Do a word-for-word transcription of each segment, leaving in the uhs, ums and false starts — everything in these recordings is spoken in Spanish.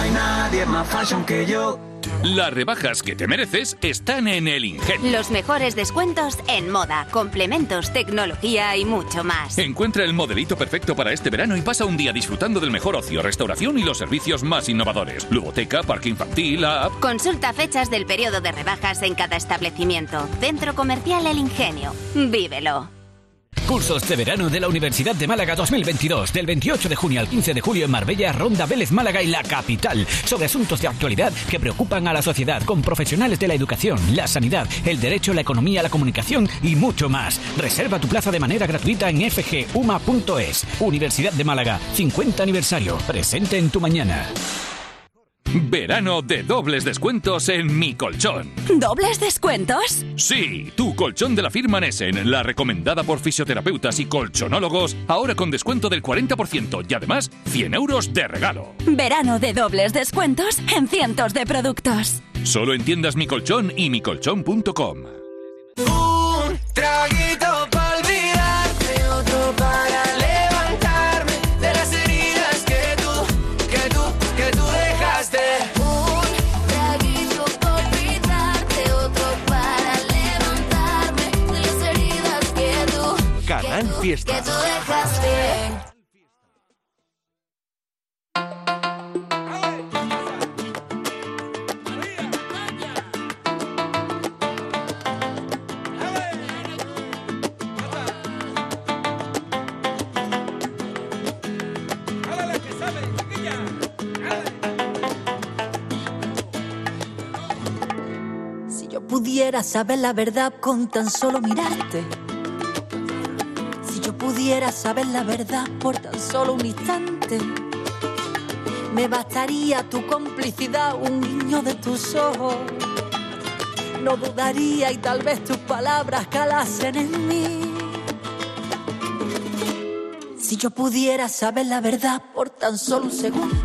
hay nadie más fashion que yo. Las rebajas que te mereces están en El Ingenio. Los mejores descuentos en moda, complementos, tecnología y mucho más. Encuentra el modelito perfecto para este verano y pasa un día disfrutando del mejor ocio, restauración y los servicios más innovadores. Ludoteca, parque infantil, app... Consulta fechas del periodo de rebajas en cada establecimiento. Centro Comercial El Ingenio. Vívelo. Cursos de verano de la Universidad de Málaga dos mil veintidós, del veintiocho de junio al quince de julio en Marbella, Ronda, Vélez, Málaga y la capital, sobre asuntos de actualidad que preocupan a la sociedad, con profesionales de la educación, la sanidad, el derecho, la economía, la comunicación y mucho más. Reserva tu plaza de manera gratuita en f g u m a punto es. Universidad de Málaga, cincuenta aniversario, presente en tu mañana. Verano de dobles descuentos en Mi Colchón. ¿Dobles descuentos? Sí, tu colchón de la firma Nessen, la recomendada por fisioterapeutas y colchonólogos, ahora con descuento del cuarenta por ciento y además cien euros de regalo. Verano de dobles descuentos en cientos de productos. Solo en tiendas Mi Colchón y mi colchón punto com. Un traguito para olvidarte, otro para levantarme de las heridas que tú, que tú, que tú dejaste. Un traguito para olvidarte, otro para levantarme de las heridas que tú, Canal que tú, Fiesta. que tú dejaste. Si yo pudiera saber la verdad con tan solo mirarte, si yo pudiera saber la verdad por tan solo un instante, me bastaría tu complicidad, un guiño de tus ojos. No dudaría y tal vez tus palabras calasen en mí. Si yo pudiera saber la verdad por tan solo un segundo,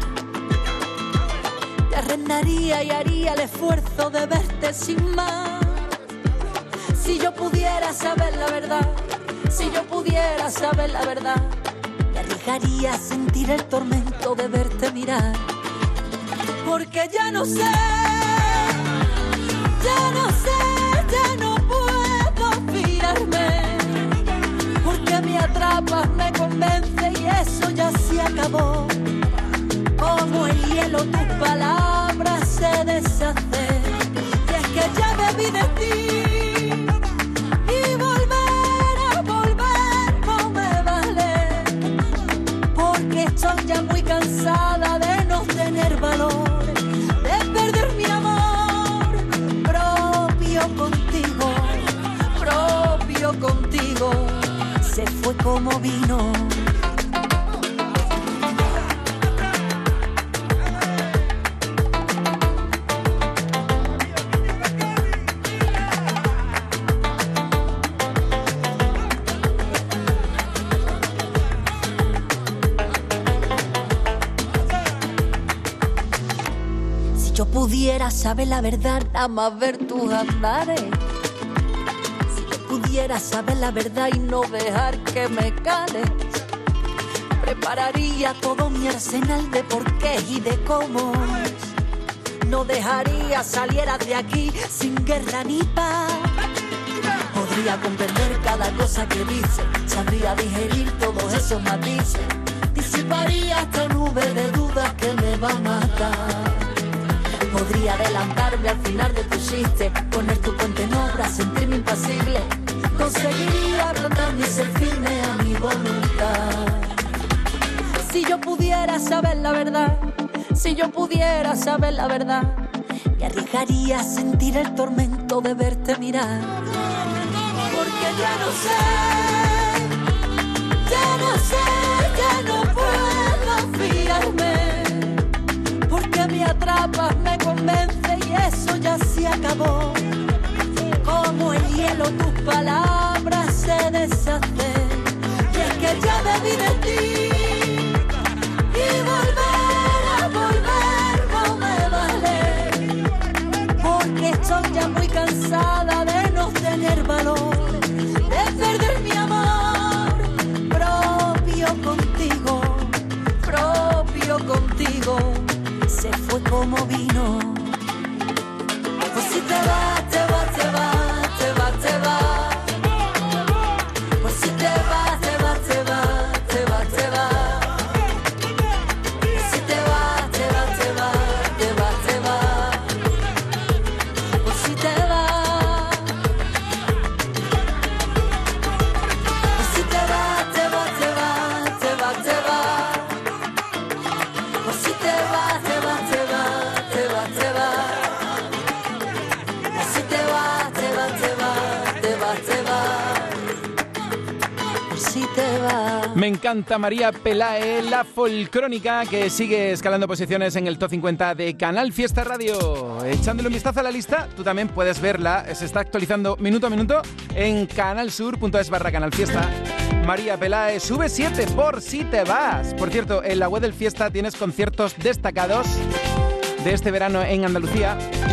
te arrendaría y haría el esfuerzo de verte sin más. Si yo pudiera saber la verdad, si yo pudiera saber la verdad, me arriesgaría a sentir el tormento de verte mirar. Porque ya no sé, ya no sé, ya no puedo fiarme. Porque me atrapas, me convence y eso ya se acabó. Como el hielo tus palabras se deshacen. Y es que ya me vi de ti y volver a volver no me vale. Porque estoy ya muy cansada de no tener valor, de perder mi amor propio contigo, propio contigo. Se fue como vino. Si yo pudiera saber la verdad, nada más ver tus andares. Si yo pudiera saber la verdad y no dejar que me cales, prepararía todo mi arsenal de porqués y de cómo. No dejaría salieras de aquí sin guerra ni paz. Podría comprender cada cosa que dice, sabría digerir todos esos matices, disiparía esta nube de dudas que me va a matar. Podría adelantarme al final de tu chiste, poner tu puente en obra, sentirme impasible. Conseguiría plantarme y ser firme a mi voluntad. Si yo pudiera saber la verdad, si yo pudiera saber la verdad, me arriesgaría a sentir el tormento de verte mirar. Porque ya no sé, ya no sé, ya no puedo fiarme. Porque me atrapas, me convence y eso ya se acabó. Como el hielo tus palabras se deshacen. Y es que ya me vi de ti y volver a volver no me vale. Porque estoy ya muy cansada de no tener valor, de perder mi amor propio contigo, propio contigo. Se fue como vino. Pues si te va, te va, te va, te va, te va. Pues si te va, te va, te va, te va, te va. Pues si te va, te va, te va, te va, te va. Pues si te va. Pues si te va, te va, te va, te va, te va. Pues si te va, te va, te va, te va, te va. Pues si te va, te va, te va, te va, te va. Pues si te va. Me encanta María Pelae, la folcrónica, que sigue escalando posiciones en el top cincuenta de Canal Fiesta Radio. Echándole un vistazo a la lista, tú también puedes verla. Se está actualizando minuto a minuto en canalsur.es barra Canal Fiesta. María Pelae sube siete por Si te vas. Por cierto, en la web del Fiesta tienes conciertos destacados de este verano en Andalucía.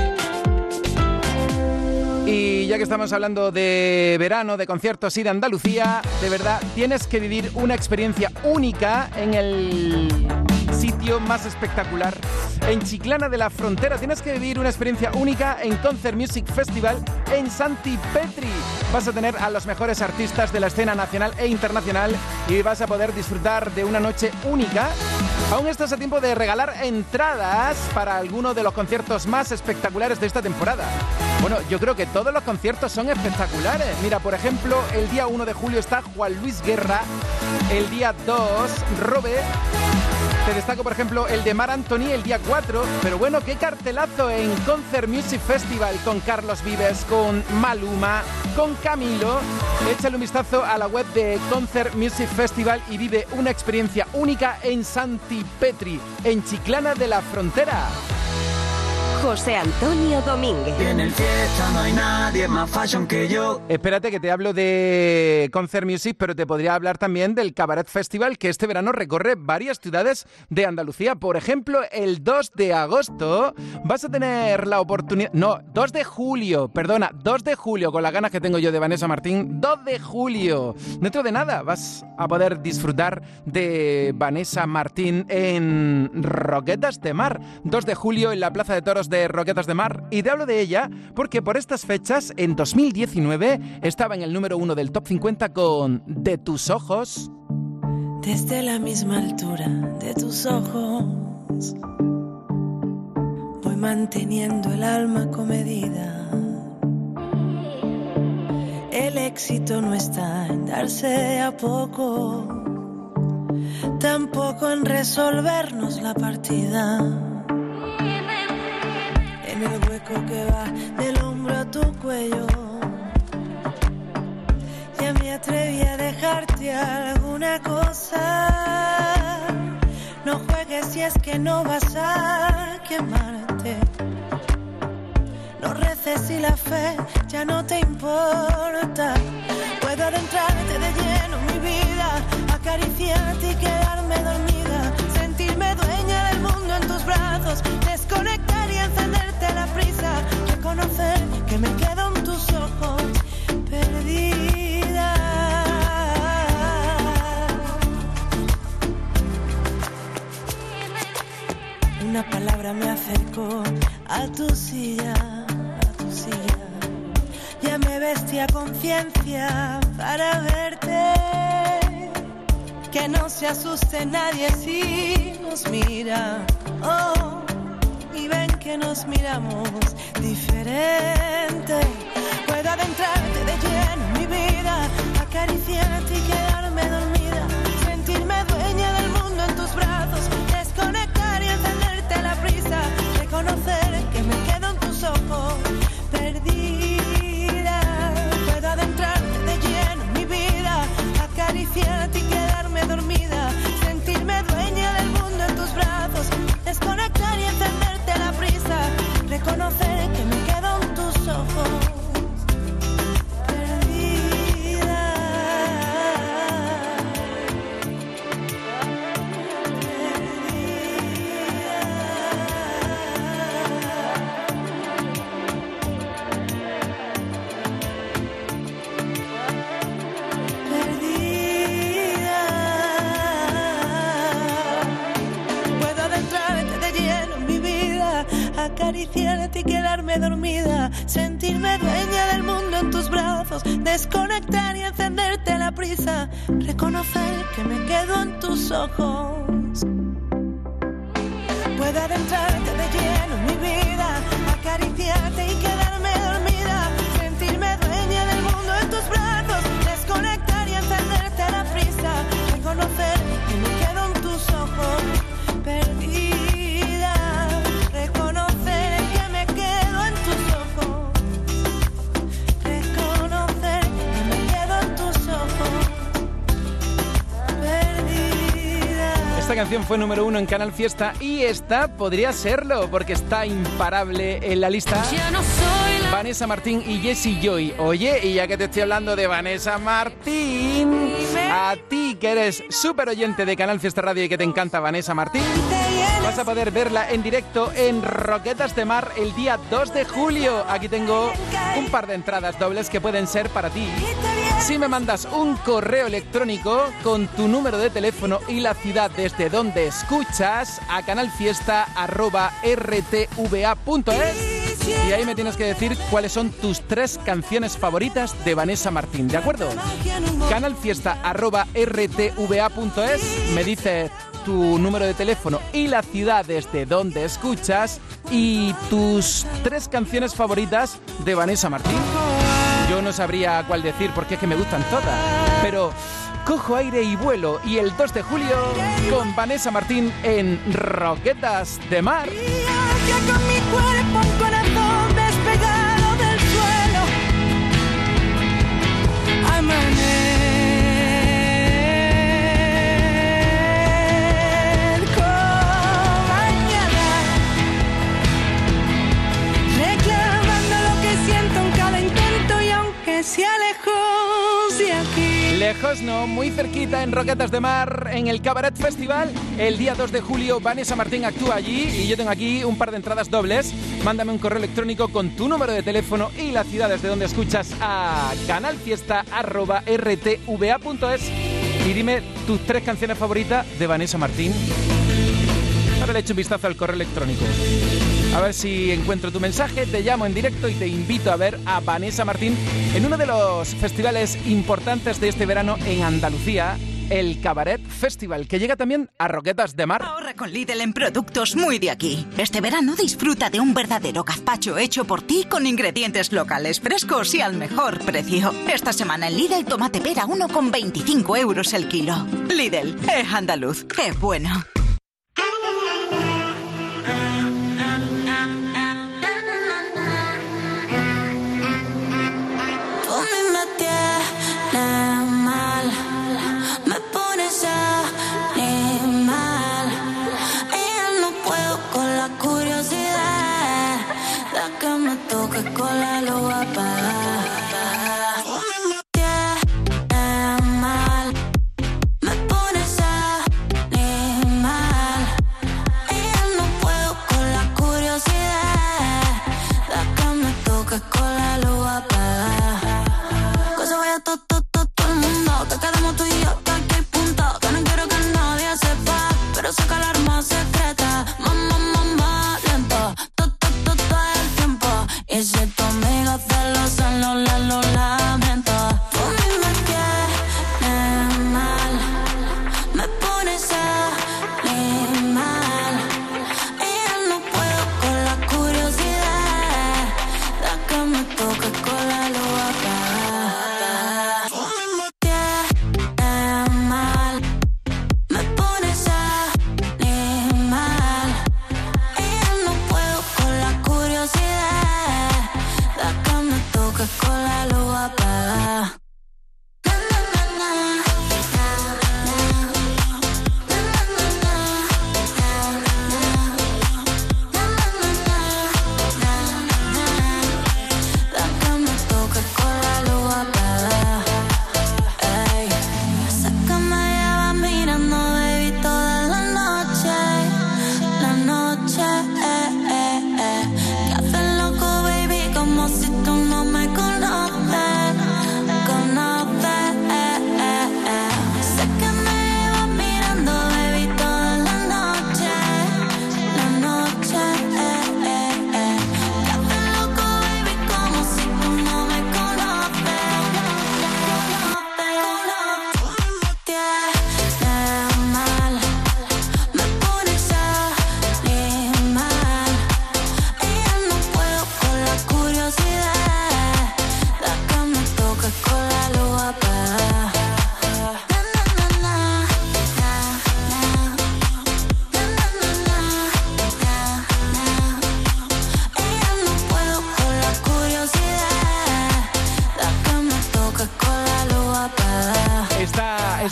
Y ya que estamos hablando de verano, de conciertos y de Andalucía, de verdad, tienes que vivir una experiencia única en el sitio más espectacular. En Chiclana de la Frontera tienes que vivir una experiencia única en Concert Music Festival en Santi Petri. Vas a tener a los mejores artistas de la escena nacional e internacional y vas a poder disfrutar de una noche única. Aún estás a tiempo de regalar entradas para alguno de los conciertos más espectaculares de esta temporada. Bueno, yo creo que todos los conciertos son espectaculares. Mira, por ejemplo, el día uno de julio está Juan Luis Guerra, el día dos, Robe. Te destaco, por ejemplo, el de Mar Anthony el día cuatro. Pero bueno, qué cartelazo en Concert Music Festival con Carlos Vives, con Maluma, con Camilo. Échale un vistazo a la web de Concert Music Festival y vive una experiencia única en Santi Petri, en Chiclana de la Frontera. José Antonio Domínguez. En el Fiesta no hay nadie más fashion que yo. Espérate que te hablo de Concert Music, pero te podría hablar también del Cabaret Festival, que este verano recorre varias ciudades de Andalucía. Por ejemplo, el dos de agosto vas a tener la oportunidad... No, dos de julio, perdona, dos de julio, con las ganas que tengo yo de Vanessa Martín. dos de julio. Dentro de nada vas a poder disfrutar de Vanessa Martín en Roquetas de Mar. dos de julio en la Plaza de Toros de Roquetas de Mar, y te hablo de ella porque por estas fechas, en dos mil diecinueve, estaba en el número uno del top cincuenta con De tus ojos. Desde la misma altura de tus ojos voy manteniendo el alma comedida. El éxito no está en darse a poco, tampoco en resolvernos la partida. En el hueco que va del hombro a tu cuello, ya me atreví a dejarte alguna cosa. No juegues si es que no vas a quemarte. No reces si la fe ya no te importa. Puedo adentrarte de lleno en mi vida, acariciarte y quedarme dormida, sentirme dueña del mundo en tus brazos, desconectar y encenderte la prisa, reconocer que me quedo en tus ojos perdida. Una palabra me acercó a tu silla, a tu silla. Ya me vestí a conciencia para verte. Que no se asuste nadie si nos mira. Oh, y ven que nos miramos diferente. Puedo adentrarte de lleno en mi vida, acariciarte y quedarme dormida, sentirme dueña del mundo en tus brazos, desconectar y encenderte la prisa, reconocer que me quedo en tus ojos perdida. Puedo adentrarte de lleno en mi vida, acariciarte y quedarme dormida, sentirme dueña del mundo en tus brazos, desconectar y encenderte la prisa, reconocer que me quedo en tus ojos perdida. acariciarte y quedarme dormida, sentirme dueña del mundo en tus brazos, desconectar y encenderte la prisa, reconocer que me quedo en tus ojos. Puedo adentrarte de lleno en mi vida, acariciarte y quedarme dormida, sentirme dueña del mundo en tus brazos, desconectar y encenderte la prisa, reconocer que me quedo en tus ojos, perdida, reconocer que me quedo en tus ojos, reconocer que me quedo en tus ojos, perdida. Esta canción fue número uno en Canal Fiesta y esta podría serlo porque está imparable en la lista. Ya no soy la... Vanessa Martín y Jessie Joy. Oye, y ya que te estoy hablando de Vanessa Martín, a ti que eres súper oyente de Canal Fiesta Radio y que te encanta Vanessa Martín, vas a poder verla en directo en Roquetas de Mar el día dos de julio. Aquí tengo un par de entradas dobles que pueden ser para ti. Si me mandas un correo electrónico con tu número de teléfono y la ciudad desde donde escuchas a canalfiesta arroba r t v a punto es y ahí me tienes que decir cuáles son tus tres canciones favoritas de Vanessa Martín, ¿de acuerdo? canalfiesta arroba r t v a punto es, me dices tu número de teléfono y la ciudad desde donde escuchas y tus tres canciones favoritas de Vanessa Martín. Yo no sabría cuál decir porque es que me gustan todas, pero cojo aire y vuelo y el dos de julio con Vanessa Martín en Roquetas de Mar. Ya con mi cuerpo un corazón despegado del suelo, amanezco mañana, reclamando lo que siento en cada intento y aunque sea lejos de aquí. Lejos no, muy cerquita en Roquetas de Mar, en el Cabaret Festival. El día dos de julio Vanessa Martín actúa allí y yo tengo aquí un par de entradas dobles. Mándame un correo electrónico con tu número de teléfono y la ciudad desde donde escuchas a canalfiesta arroba r t v a punto es y dime tus tres canciones favoritas de Vanessa Martín. Ahora le echo un vistazo al correo electrónico. A ver si encuentro tu mensaje, te llamo en directo y te invito a ver a Vanessa Martín en uno de los festivales importantes de este verano en Andalucía, el Cabaret Festival, que llega también a Roquetas de Mar. Ahorra con Lidl en productos muy de aquí. Este verano disfruta de un verdadero gazpacho hecho por ti con ingredientes locales, frescos y al mejor precio. Esta semana en Lidl tomate pera uno con veinticinco euros el kilo. Lidl, es andaluz, es bueno. Con la luz apagada, me tiene mal, me pones animal. Ella no puedo con la curiosidad, la que me toque con la luz apagada. Que se vaya todo, todo, todo, todo el mundo, que quedamos tú y yo, que aquí hay punto, que no quiero que nadie sepa, pero saca la arma secreta, mamá, mamá, lento, todo, todo, todo el tiempo. Y si tu amigo celoso en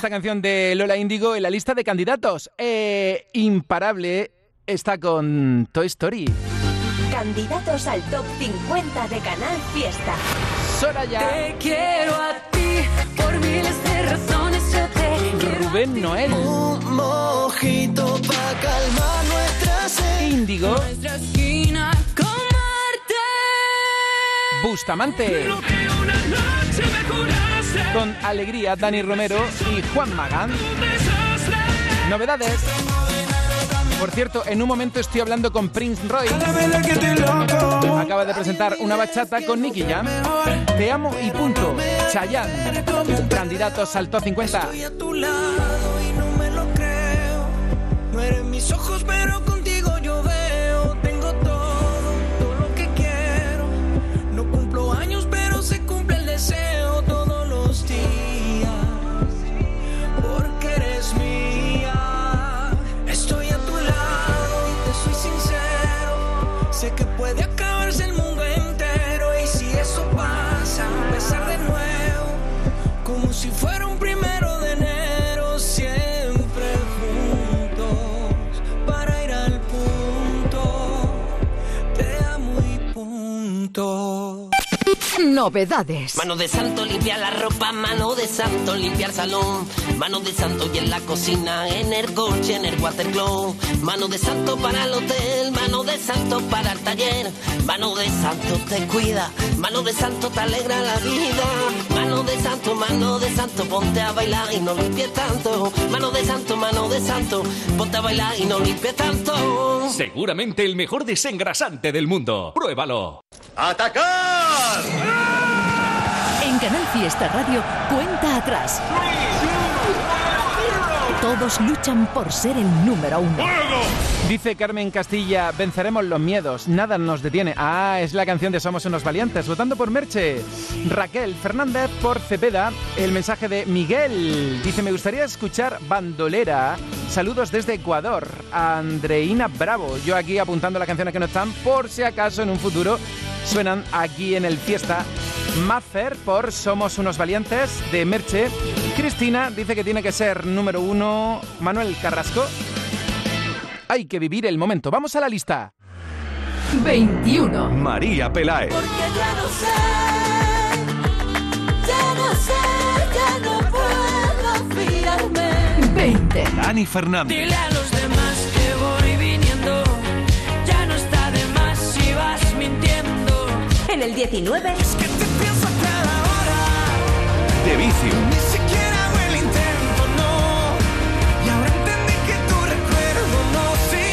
esta canción de Lola Índigo en la lista de candidatos. Eh, imparable está con Toy Story. Candidatos al top cincuenta de Canal Fiesta. Soraya. Te quiero a ti por miles de razones. Yo te quiero. Rubén Noel. Un mojito pa' calmar nuestra sed. Índigo. Nuestra esquina con Marte. Bustamante. Con Alegría, Dani Romero y Juan Magán. Novedades. Por cierto, en un momento estoy hablando con Prince Royce. Acaba de presentar una bachata con Nicky Jam. Te amo y punto. Chayanne. Candidatos al top cincuenta. Estoy a tu lado y no me lo creo. No eres mis ojos, pero contigo yo veo. Tengo todo, todo lo que quiero. No cumplo años, pero se cumple el deseo todos los días. Porque eres mía. Estoy a tu lado y te soy sincero. Sé que puede acabarse el mundo entero. Y si eso pasa, empezar de nuevo. Como si fuera un primero de enero. Siempre juntos para ir al punto. Te amo y punto. Novedades. Mano de santo limpia la ropa, mano de santo limpia el salón, mano de santo y en la cocina, en el coche, en el watercloak, mano de santo para el hotel, mano de santo para el taller, mano de santo te cuida, mano de santo te alegra la vida, mano de santo, mano de santo, ponte a bailar y no limpies tanto, mano de santo, mano de santo, ponte a bailar y no limpies tanto. Seguramente el mejor desengrasante del mundo. Pruébalo. ¡Atacar! En Canal Fiesta Radio, cuenta atrás. Todos luchan por ser el número uno. Dice Carmen Castilla, venceremos los miedos, nada nos detiene. Ah, es la canción de Somos unos valientes, votando por Merche. Raquel Fernández por Cepeda, el mensaje de Miguel. Dice, me gustaría escuchar Bandolera. Saludos desde Ecuador. Andreina Bravo. Yo aquí apuntando las canciones que no están, por si acaso en un futuro suenan aquí en el Fiesta. Maffer por Somos unos valientes, de Merche. Cristina dice que tiene que ser número uno Manuel Carrasco. Hay que vivir el momento. Vamos a la lista. veintiuno. María Peláez. Porque ya no sé, ya no sé, ya no puedo fiarme. veinte. Dani Fernández. Dile a los demás que voy viniendo. Ya no está de más si vas mintiendo. En el diecinueve. Es que te pienso a cada hora. De Vicio. Ni siquiera hago el intento, no. Y ahora entendí que tu recuerdo no se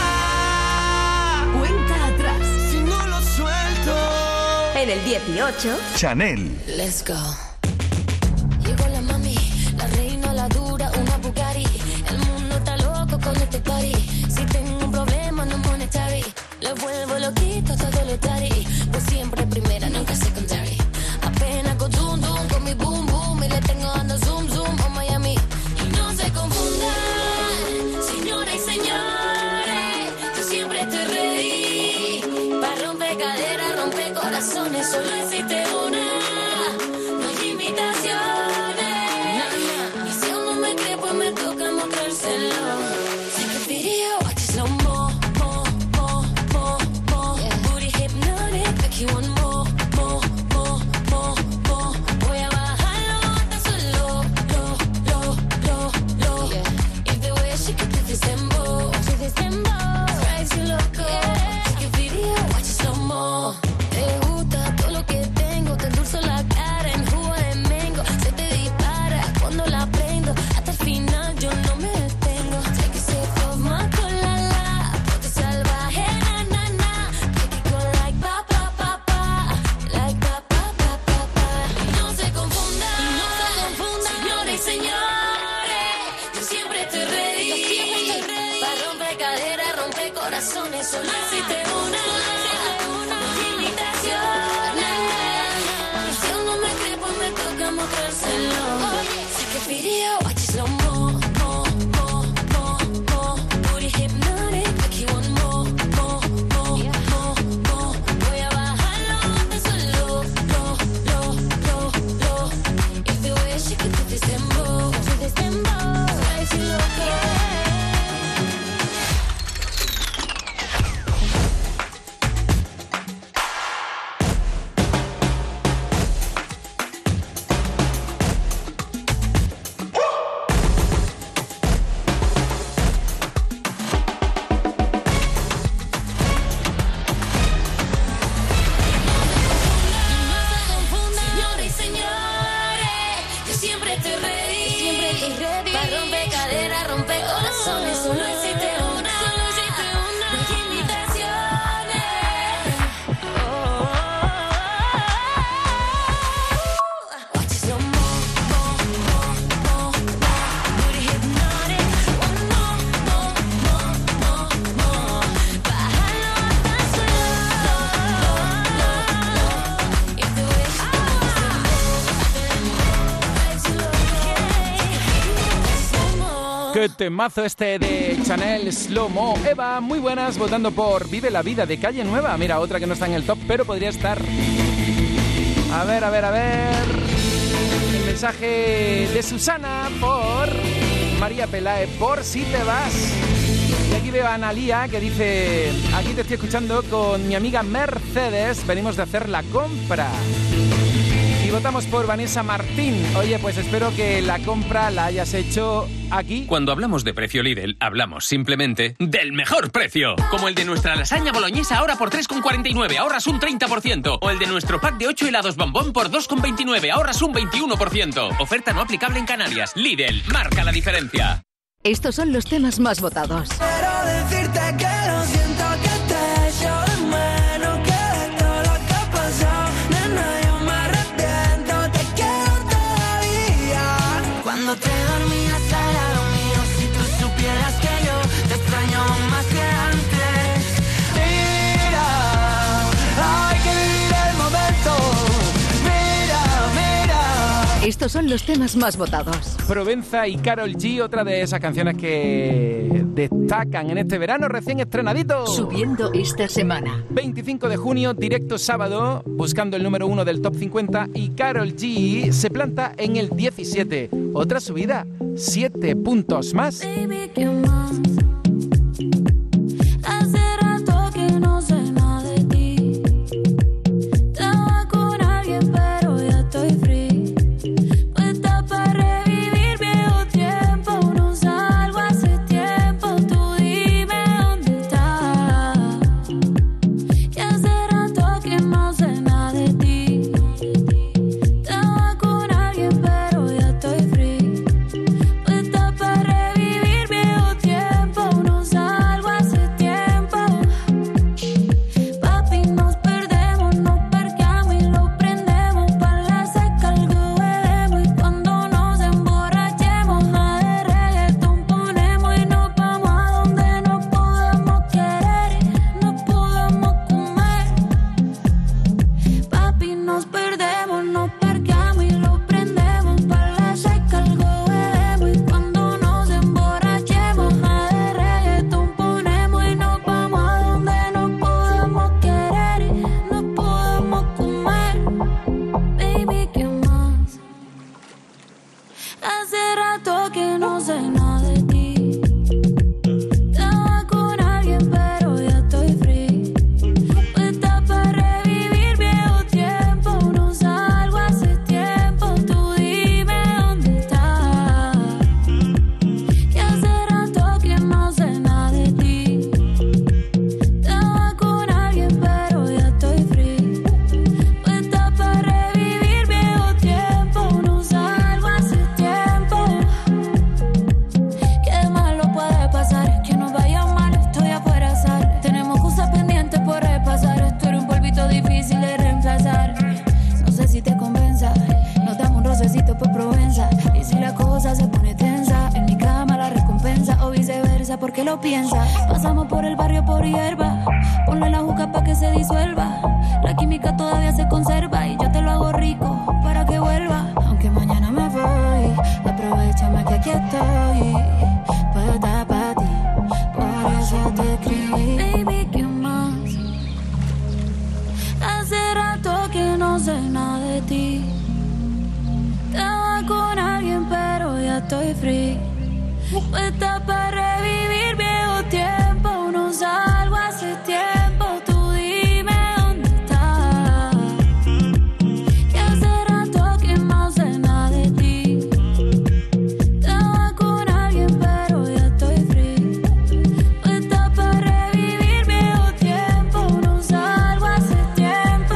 irá. Cuenta atrás. Si no lo suelto. En el dieciocho. Chanel. Let's go. Llegó la mami, la reina, la dura, una Bugatti. El mundo está loco con este party. Si tengo un problema no monetary, le vuelvo loquito todo lo tari. Pues siempre primera, nunca secondary. Apenas con zoom zoom, con mi boom boom. Y le tengo dando zoom zoom a Miami. Y no se confundan, señoras y señores, yo siempre estoy ready. Para romper caderas, romper corazones, solo existe una. No hay imitaciones. Y si aún no me cree, pues me toca mostrárselo. Take a video, watch it slow mo, mo, mo, mo, mo. Booty hypnotic, make you want more, more, more, more, more. Voy a bajarlo hasta solo, lo, lo, lo, lo. If the way she could do this dembow, do this dembow, drives you loco. Take a video, watch it slow mo. Te gusta todo lo que tengo, te endulzo la cara en jugo de mango. Se te dispara cuando la prendo, hasta el final yo no me detengo. Take a sip of my cola, la, ponte salvaje, na, na, na. Make it go like pa, pa, pa, pa, like pa, pa, pa, pa, pa. Y no se confundan, y no se confundan, señores y señores, yo siempre estoy ready. Yo siempre estoy ready. Para romper caderas, romper corazones, solo existe una. No hay imitaciones. Y si aún no me cree, pues me toca mostrárselo. Take a video, watch it slow mo, mo, mo, mo, mo. Booty hypnotic, make you want more, more, more, more, more. Voy a bajarlo hasta solo, lo, lo, lo, lo. If the way she could do this dembow, do this dembow. Qué temazo este de Chanel Slow Mo. Eva, muy buenas, votando por Vive la Vida de Calle Nueva. Mira, otra que no está en el top, pero podría estar. A ver, a ver, a ver. El mensaje de Susana por María Pelae, por Si te vas. Y aquí veo a Analía que dice: aquí te estoy escuchando con mi amiga Mercedes, venimos de hacer la compra. Y votamos por Vanessa Martín. Oye, pues espero que la compra la hayas hecho aquí. Cuando hablamos de precio Lidl, hablamos simplemente del mejor precio. Como el de nuestra lasaña boloñesa ahora por tres con cuarenta y nueve, ahorras un treinta por ciento. O el de nuestro pack de ocho helados bombón por dos con veintinueve, ahorras un veintiuno por ciento. Oferta no aplicable en Canarias. Lidl, marca la diferencia. Estos son los temas más votados. Quiero decirte que lo siento, que te echo de menos, que de todo lo que ha pasado, nena, yo me arrepiento, te quiero todavía. Cuando te dormías al lado mío, si tú supieras que yo te extraño más que antes. Mira, hay que vivir el momento. Mira, mira. Estos son los temas más votados. Provenza y Karol G, otra de esas canciones que destacan en este verano recién estrenadito. Subiendo esta semana. veinticinco de junio, directo sábado, buscando el número uno del top cincuenta, y Karol G se planta en el diecisiete. Otra subida, siete puntos más. Baby, ¿qué más? Hace rato que no sé nada de ti. Estaba con alguien, pero ya estoy free. porque lo piensa. Pasamos por el barrio por hierba, ponle la juca pa' que se disuelva. La química todavía se conserva y yo te lo hago rico para que vuelva. Aunque mañana me voy, aprovechame que aquí estoy, puesta pa' ti, por eso te escribí. Baby, ¿qué más? Hace rato que no sé nada de ti. Estaba con alguien pero ya estoy free, puesta para revivir viejo tiempo. No salgo hace tiempo, tú dime dónde estás. Que hace rato que no sé nada de ti. Estaba con alguien pero ya estoy free, puesta para revivir viejo tiempo. No salgo hace tiempo.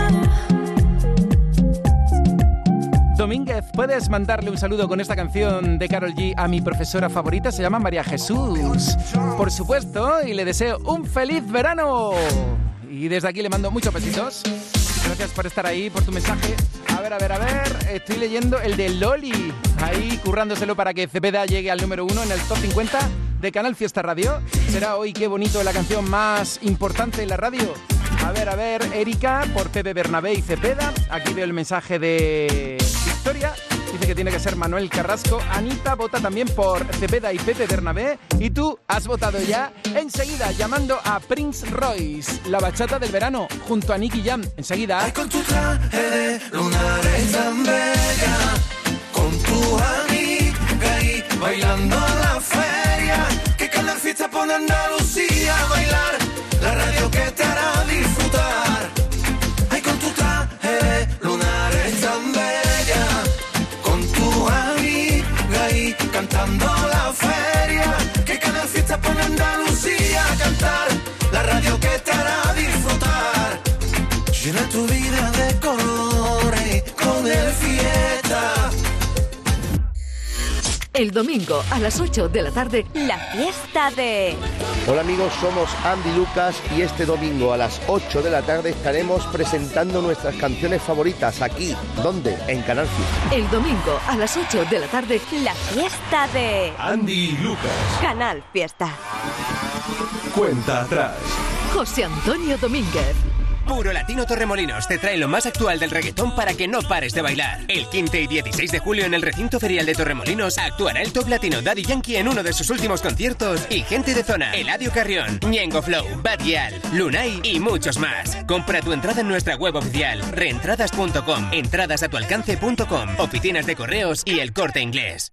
Domínguez, ¿puedes mandarle un saludo con esta canción de Karol G a mi profesora favorita? Se llama María Jesús, por supuesto, y le deseo un feliz verano. Y desde aquí le mando muchos besitos. Gracias por estar ahí, por tu mensaje. A ver, a ver, a ver, estoy leyendo el de Loli, ahí currándoselo para que Cepeda llegue al número uno en el top cincuenta de Canal Fiesta Radio. Será hoy, qué bonito, la canción más importante en la radio. A ver, a ver, Erika, por Pepe Bernabé y Cepeda. Aquí veo el mensaje de Victoria. dice que tiene que ser Manuel Carrasco. Anita vota también por Cepeda y Pepe Bernabé. Y tú has votado ya enseguida llamando a Prince Royce, la bachata del verano, junto a Nicky Jam. Enseguida. Ay, con tu traje de lunares tan bella, con tu amiga ahí bailando en la feria, que cada fiesta pone Andalucía a bailar, la radio que te hará disfrutar. Ay, con tu traje de lunares tan bella, con tu amiga ahí cantando la feria, que cada fiesta pone Andalucía a cantar, la radio que te hará disfrutar. Llena tu vida de colores con el fiesta. El domingo a las ocho de la tarde, la fiesta de... Hola amigos, somos Andy Lucas y este domingo a las ocho de la tarde estaremos presentando nuestras canciones favoritas aquí. ¿Dónde? En Canal Fiesta. El domingo a las ocho de la tarde, la fiesta de... Andy Lucas. Canal Fiesta. Cuenta atrás. José Antonio Domínguez. Puro Latino Torremolinos te trae lo más actual del reggaetón para que no pares de bailar. El quince y dieciséis de julio en el recinto ferial de Torremolinos actuará el top latino Daddy Yankee en uno de sus últimos conciertos y gente de zona, Eladio Carrión, Ñengo Flow, Bad Gyal, Lunay y muchos más. Compra tu entrada en nuestra web oficial reentradas punto com, entradas a tu alcance punto com, oficinas de correos y El Corte Inglés.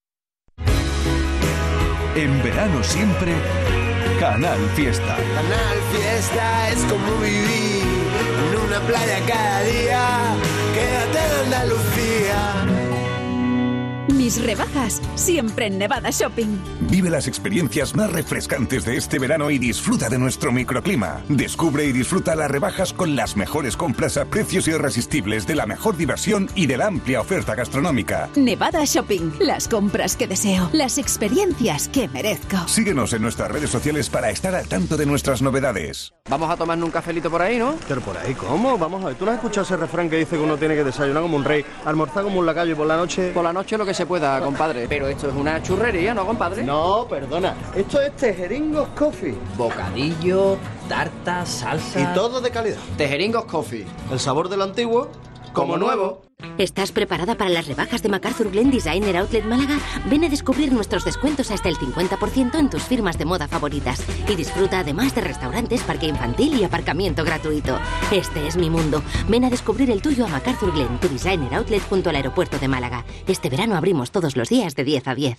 En verano siempre, Canal Fiesta. Canal Fiesta es como vivir en una playa cada día. Quédate en Andalucía. Mis rebajas, siempre en Nevada Shopping. Vive las experiencias más refrescantes de este verano y disfruta de nuestro microclima. Descubre y disfruta las rebajas con las mejores compras a precios irresistibles, de la mejor diversión y de la amplia oferta gastronómica. Nevada Shopping, las compras que deseo, las experiencias que merezco. Síguenos en nuestras redes sociales para estar al tanto de nuestras novedades. Vamos a tomarnos un cafelito por ahí, ¿no? Pero por ahí, ¿cómo? Vamos a ver, ¿tú no has escuchado ese refrán que dice que uno tiene que desayunar como un rey, almorzar como un lacayo y por la noche...? Por la noche lo que se pueda, compadre. Pero esto es una churrería, ¿no, compadre? No, perdona. Esto es Tejeringos Coffee. Bocadillo, tarta, salsa... Y todo de calidad. Tejeringos Coffee. El sabor del antiguo, como nuevo. ¿Estás preparada para las rebajas de MacArthur Glen Designer Outlet Málaga? Ven a descubrir nuestros descuentos hasta el cincuenta por ciento en tus firmas de moda favoritas. Y disfruta además de restaurantes, parque infantil y aparcamiento gratuito. Este es mi mundo. Ven a descubrir el tuyo a MacArthur Glen, tu Designer Outlet junto al aeropuerto de Málaga. Este verano abrimos todos los días de diez a diez.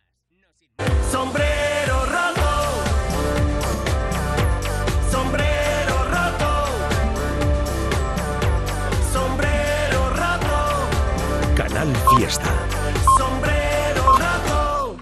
Sombrero roto. Sombrero roto. Sombrero roto. Canal Fiesta. Sombrero roto.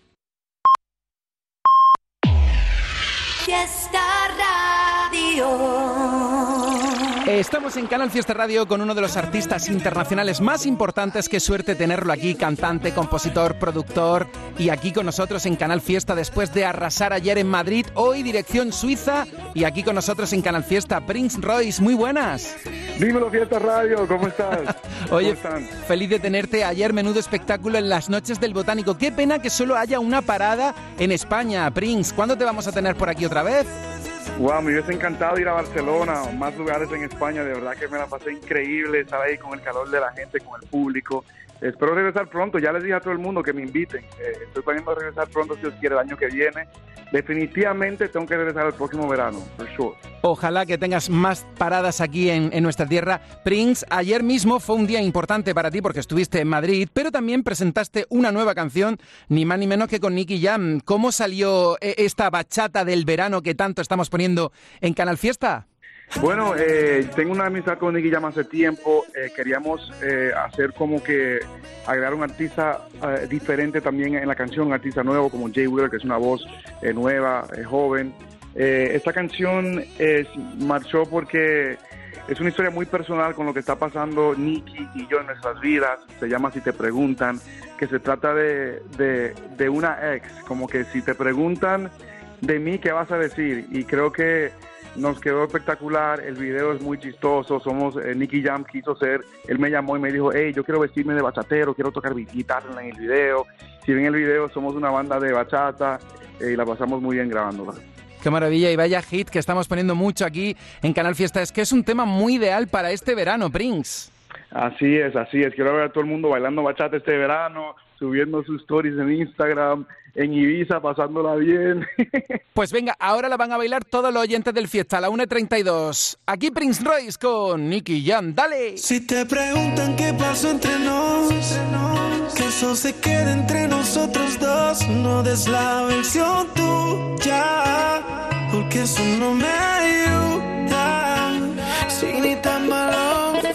Fiesta Radio. Estamos en Canal Fiesta Radio con uno de los artistas internacionales más importantes. Qué suerte tenerlo aquí, cantante, compositor, productor, y aquí con nosotros en Canal Fiesta después de arrasar ayer en Madrid, hoy dirección Suiza, y aquí con nosotros en Canal Fiesta, Prince Royce. Muy buenas. Dímelo, Fiesta Radio, ¿cómo estás? Oye, ¿Cómo están? Feliz de tenerte. Ayer menudo espectáculo en las noches del Botánico. Qué pena que solo haya una parada en España, Prince. ¿Cuándo te vamos a tener por aquí otra vez? Wow, me hubiese encantado ir a Barcelona o más lugares en España. De verdad que me la pasé increíble, estar ahí con el calor de la gente, con el público. Espero regresar pronto. Ya les dije a todo el mundo que me inviten. Eh, estoy planeando regresar pronto, si Dios quiere, el año que viene. Definitivamente tengo que regresar el próximo verano, for sure. Ojalá que tengas más paradas aquí en, en nuestra tierra. Prince, ayer mismo fue un día importante para ti porque estuviste en Madrid, pero también presentaste una nueva canción, ni más ni menos que con Nicky Jam. ¿Cómo salió esta bachata del verano que tanto estamos poniendo en Canal Fiesta? Bueno, eh, tengo una amistad con Nicky Jam hace tiempo. Eh, queríamos eh, hacer como que agregar un artista eh, diferente también en la canción, un artista nuevo como Jay Wheeler, que es una voz eh, nueva, eh, joven. Eh, esta canción eh, marchó porque es una historia muy personal con lo que está pasando Nicky y yo en nuestras vidas. Se llama Si te preguntan, que se trata de, de, de una ex, como que si te preguntan de mí, ¿qué vas a decir? Y creo que nos quedó espectacular, el video es muy chistoso. Somos, eh, Nicky Jam quiso ser, él me llamó y me dijo, hey, yo quiero vestirme de bachatero, quiero tocar guitarra en el video. Si ven el video, somos una banda de bachata eh, y la pasamos muy bien grabándola. Qué maravilla, y vaya hit que estamos poniendo mucho aquí en Canal Fiesta. Es que es un tema muy ideal para este verano, Prince. Así es, así es. Quiero ver a todo el mundo bailando bachata este verano, subiendo sus stories en Instagram, en Ibiza, pasándola bien. Pues venga, ahora la van a bailar todos los oyentes del Fiesta, a la una y treinta y dos. Aquí Prince Royce con Nicky Jam. ¡Dale! Si te preguntan qué pasó entre nos, que eso se quede entre nosotros dos, no des la versión tuya, porque eso no me ayuda. Si ni tan malo fui,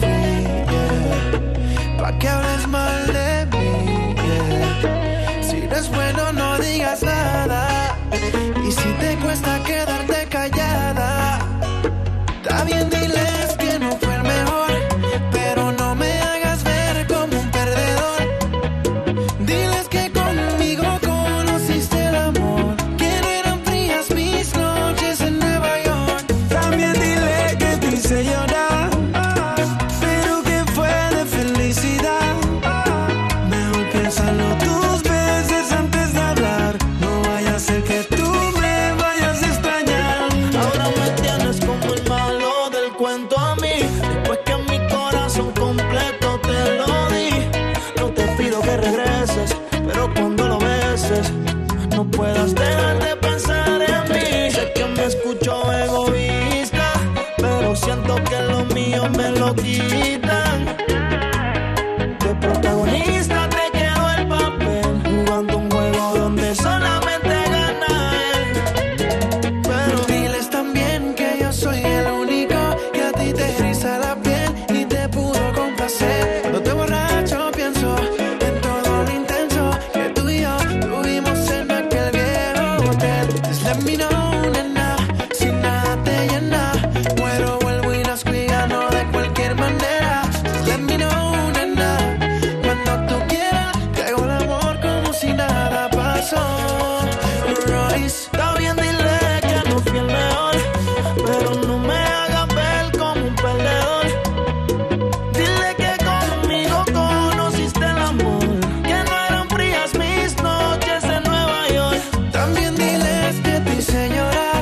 yeah, pa' que hables mal de mí, yeah. Si no es bueno no digas nada, y si te cuesta quedarte callada, está bien, diles que no fue el mejor, pero no me hagas ver como un perdedor. Diles que conmigo conociste el amor, que no eran frías mis noches en Nueva York. También dile que te hice llorar, pero que fue de felicidad. Mejor piénsalo tus veces antes de hablar, no vaya a ser que tú me vayas a extrañar. Ahora me tienes como el malo del cuento a mí, después que mi corazón completo te lo di. No te pido que regreses, pero cuando lo beses no puedas dejar de pensar en mí. Sé que me escucho egoísta, pero siento que lo mío me lo quitan. De protagonista te quedó el papel, jugando un juego donde solamente gana él. Pero diles también que yo soy el único que a ti te eriza la piel y te pudo complacer. Cuando te borracho pienso en todo lo intenso que tú y yo tuvimos en aquel viejo hotel. Just let me know, nena, si nada te llena, muero, vuelvo y nazco y gano de cualquier manera. Just let me know, nena, cuando tú quieras te hago el amor como si nada pasó. Royce, está bien, dile que no fui el mejor, pero no me hagas ver como un perdedor. Dile que conmigo conociste el amor, que no eran frías mis noches en Nueva York. También diles que te hice llorar,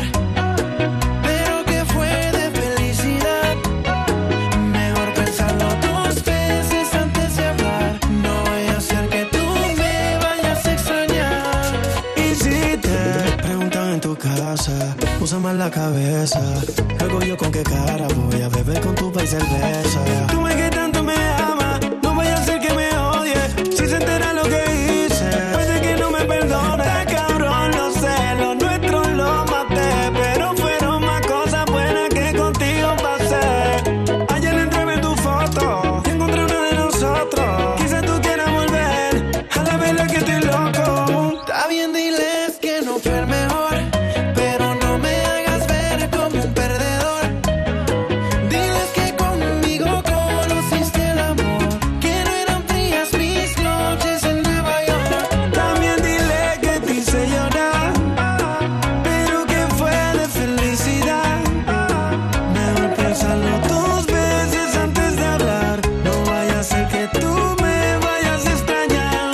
pero que fue de felicidad. Mejor pensarlo dos veces antes de hablar, no vaya a ser que tú me vayas a extrañar. Y si te preguntan en tu casa, usa más la cabeza. Luego yo con qué cara voy a beber con tu país cerveza. Tú ves que tanto me amas, no vaya a ser que me odie. Si se entera lo que hice, puede que no me perdone. Está cabrón, lo sé, lo nuestro lo maté, pero fueron más cosas buenas que contigo pasé. Ayer entré en tu foto, encontré una de nosotros. Quizás tú quieras volver a la vela que estoy loco. Está bien, diles que no fue el mejor, pero no me hagas ver como un perdedor. Diles que conmigo conociste el amor, que no eran frías mis noches en Nueva York. También dile que te hice llorar, pero que fue de felicidad. Mejor piénsalo dos veces antes de hablar, no vaya a ser que tú me vayas a extrañar.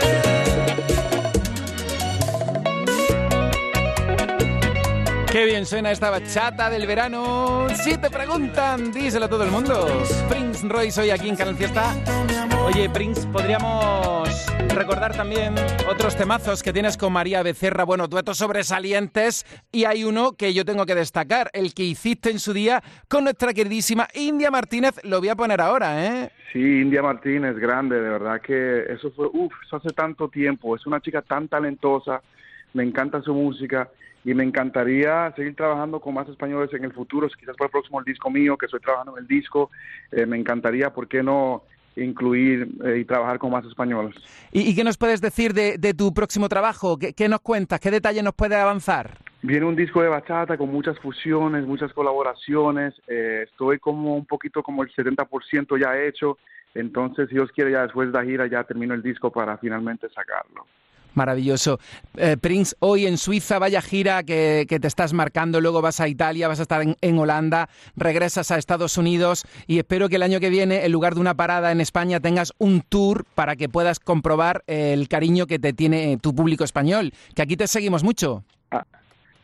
Qué bien suena esta bachata del verano. Si te preguntan, díselo a todo el mundo. Prince Royce hoy aquí en Canal Fiesta. Oye, Prince, podríamos recordar también otros temazos que tienes con María Becerra. Bueno, duetos sobresalientes. Y hay uno que yo tengo que destacar, el que hiciste en su día con nuestra queridísima India Martínez. Lo voy a poner ahora, ¿eh? Sí, India Martínez, grande, de verdad que eso fue, uff, eso hace tanto tiempo. Es una chica tan talentosa, me encanta su música y me encantaría seguir trabajando con más españoles en el futuro, quizás para el próximo disco mío, que estoy trabajando en el disco, eh, me encantaría, ¿por qué no incluir eh, y trabajar con más españoles? ¿Y, y qué nos puedes decir de, de tu próximo trabajo? ¿Qué, qué nos cuentas? ¿Qué detalle nos puede avanzar? Viene un disco de bachata con muchas fusiones, muchas colaboraciones, eh, estoy como un poquito como el setenta por ciento ya hecho, entonces si Dios quiere ya después de la gira ya termino el disco para finalmente sacarlo. Maravilloso. Eh, Prince, hoy en Suiza, vaya gira que, que te estás marcando, luego vas a Italia, vas a estar en, en Holanda, regresas a Estados Unidos y espero que el año que viene, en lugar de una parada en España, tengas un tour para que puedas comprobar el cariño que te tiene tu público español, que aquí te seguimos mucho. Ah.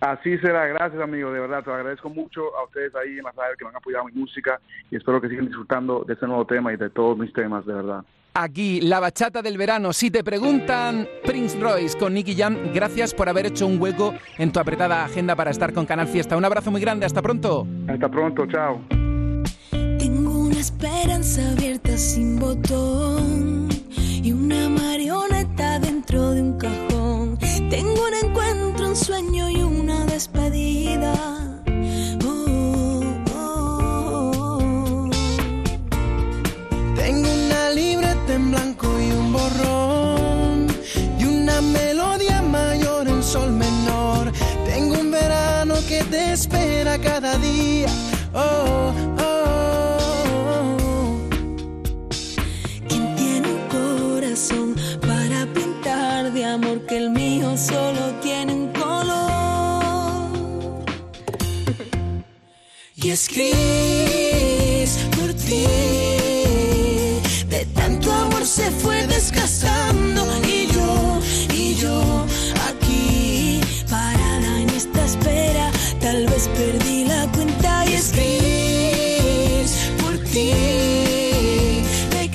Así será, gracias amigo, de verdad, te lo agradezco mucho a ustedes ahí en la radio que me han apoyado en mi música y espero que sigan disfrutando de este nuevo tema y de todos mis temas, de verdad. Aquí, la bachata del verano. Si te preguntan, Prince Royce con Nicky Jam, gracias por haber hecho un hueco en tu apretada agenda para estar con Canal Fiesta. Un abrazo muy grande, hasta pronto. Hasta pronto, chao. Tengo una esperanza abierta sin botón y una marioneta dentro de un cajón. Tengo un encuentro, un sueño y una despedida. Oh, oh, oh. Tengo una libreta en blanco y un borrón y una melodía mayor en sol menor. Tengo un verano que te espera cada día. Oh, oh, oh. ¿Quién tiene un corazón para pintar de amor que el mío solo tiene un color? Y es gris por ti. De tanto amor se fue desgastando y yo, y yo aquí parada en esta espera. Tal vez perdí la cuenta y es gris por ti. De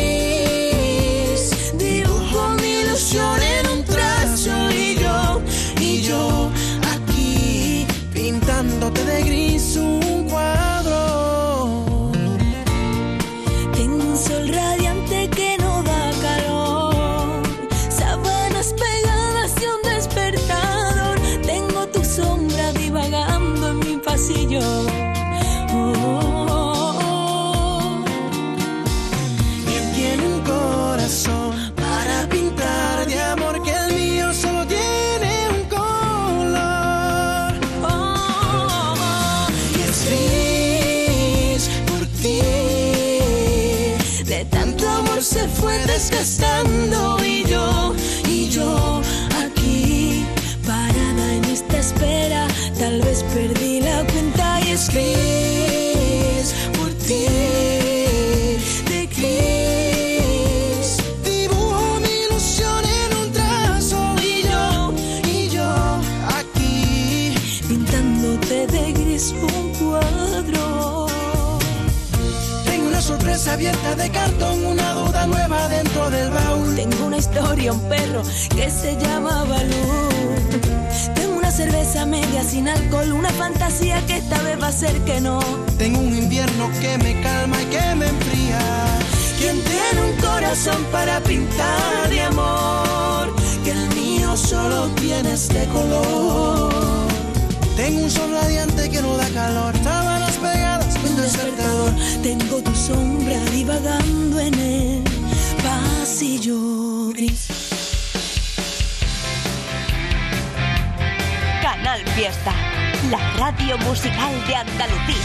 gris dibujo mi ilusión en un trazo y yo, y yo aquí pintándote de gris un cuadro. Tengo un sol radiante que no da calor, sábanas pegadas y un despertador. Tengo tu sombra divagando en mi pasillo. Oh, oh, oh. ¿Quién tiene un corazón para pintar de amor que el mío solo tiene un color? Oh, oh, oh. Y es gris por ti. De tanto amor se fue desgastando y yo, y yo aquí parada en esta espera. Tal vez perdí la cuenta y es gris por ti. De gris dibujo mi ilusión en un trazo y yo, y yo aquí pintándote de gris un cuadro. tengo una sorpresa abierta de cartón, una duda nueva dentro del baúl. Tengo una historia, un perro que se llama Balú. Tengo una cerveza media sin alcohol, una fantasía que esta vez va a ser que no. Tengo un invierno que me calma y que me enfría. ¿Quién tiene un corazón para pintar de amor que el mío solo tiene este color? Tengo un sol radiante que no da calor, sábanas pegadas, un despertador. Tengo tu sombra divagando en el pasillo gris. Canal Fiesta, la radio musical de Andalucía.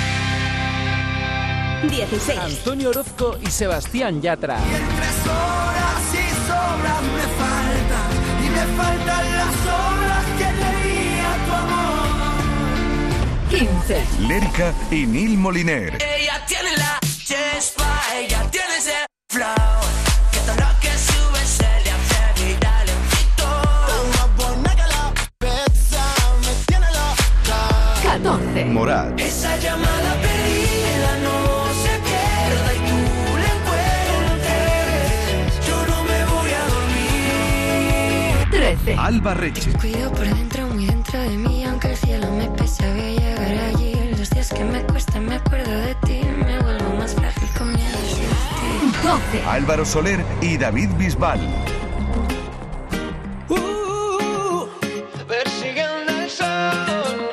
dieciséis. Antonio Orozco y Sebastián Yatra. Tres horas y sobras me faltan, y me faltan las horas que leía tu amor. quince. Lérica y Neil Moliner. Ella tiene la chispa, ella tiene ese flow, que todo lo que sube se le hace viral en TikTok. Una buena que la pesa, me tiene loca. catorce. Morat. Esa llamada perdida no se pierda y tú la encuentres. Yo no me voy a dormir. trece. Alba Reche. Cuido por dentro, muy dentro de mí, aunque el cielo me pese, voy a llegar allí. Los días que me cuesta me acuerdo de ti, me vuelvo más frágil con miedo de ti. doce. Álvaro Soler y David Bisbal. Uh, persiguiendo el sol.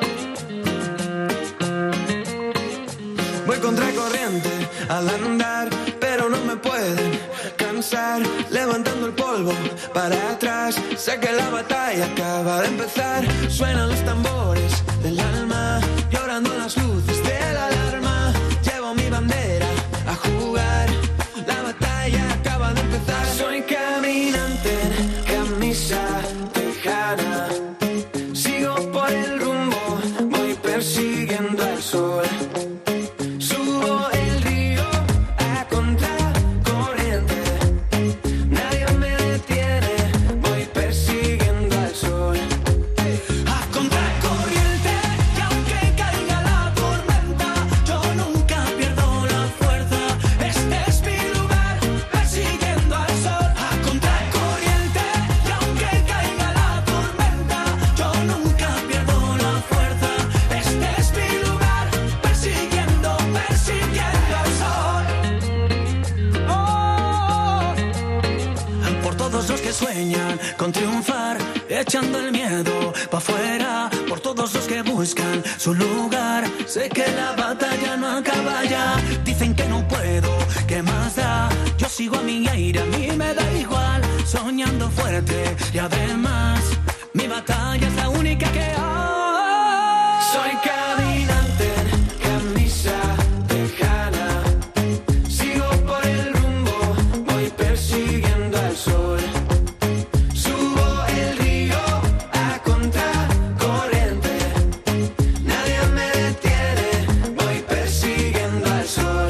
Voy contra corriente al andar, pero no me pueden cansar. Levantando el polvo para atrás, sé que la batalla acaba de empezar. Suenan los tambores del alma, llorando las luces de la alarma. Llevo mi bandera a jugar, la batalla acaba de empezar. Soy caminante en camisa tejana, sigo por el rumbo, voy persiguiendo al sol. Subo el río a contracorriente, nadie me detiene, voy persiguiendo al sol. A contracorriente. sueñan con triunfar, echando el miedo pa' afuera por todos los que buscan su lugar. Sé que la batalla no acaba ya, dicen que no puedo, ¿qué más da? Yo sigo a mi aire, a mí me da igual, soñando fuerte y además mi batalla es la única que hay. Soy caminante, camisa tejana, sigo por el rumbo, voy persiguiendo al sol. Subo el río a contracorriente, nadie me detiene, voy persiguiendo al sol.